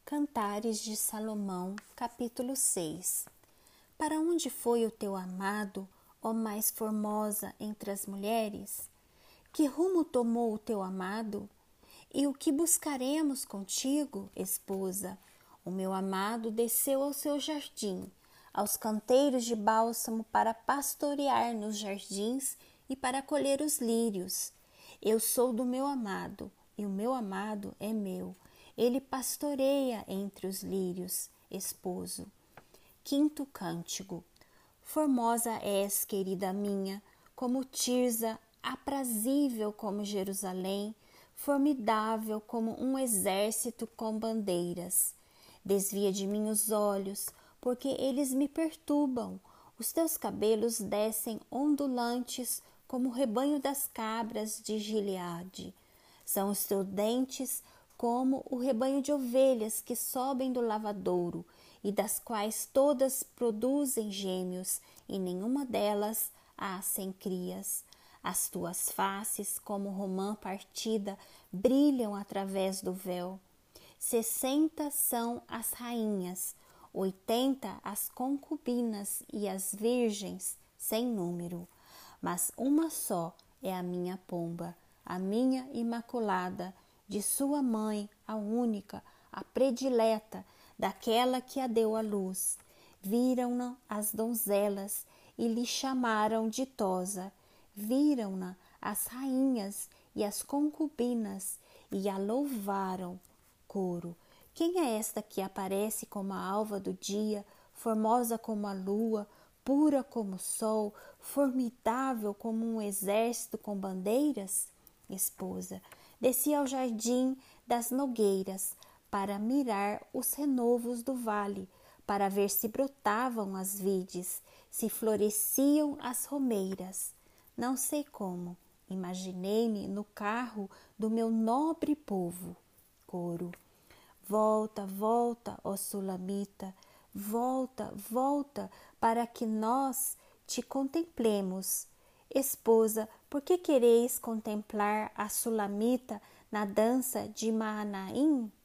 Cantares de Salomão, capítulo 6. Para onde foi o teu amado, ó mais formosa entre as mulheres? Que rumo tomou o teu amado? E o que buscaremos contigo, esposa? O meu amado desceu ao seu jardim, aos canteiros de bálsamo para pastorear nos jardins e para colher os lírios. Eu sou do meu amado, e o meu amado é meu. Ele pastoreia entre os lírios, esposo. Quinto cântico. Formosa és, querida minha, como Tirza, aprazível como Jerusalém, formidável como um exército com bandeiras. Desvia de mim os olhos, porque eles me perturbam. Os teus cabelos descem ondulantes como o rebanho das cabras de Gileade. São os teus dentes como o rebanho de ovelhas que sobem do lavadouro, e das quais todas produzem gêmeos, e nenhuma delas há sem crias. As tuas faces, como romã partida, brilham através do véu. 60 são as rainhas, 80 as concubinas e as virgens, sem número. Mas uma só é a minha pomba, a minha imaculada, de sua mãe, a única, a predileta, daquela que a deu à luz. Viram-na as donzelas e lhe chamaram ditosa. Viram-na as rainhas e as concubinas e a louvaram. Coro. Quem é esta que aparece como a alva do dia, formosa como a lua, pura como o sol, formidável como um exército com bandeiras? Esposa. Desci ao jardim das nogueiras para mirar os renovos do vale, para ver se brotavam as vides, se floresciam as romeiras. Não sei como, imaginei-me no carro do meu nobre povo. Coro. Volta, volta, ó Sulamita, volta, volta, para que nós te contemplemos. Esposa, por que quereis contemplar a Sulamita na dança de Maanaim?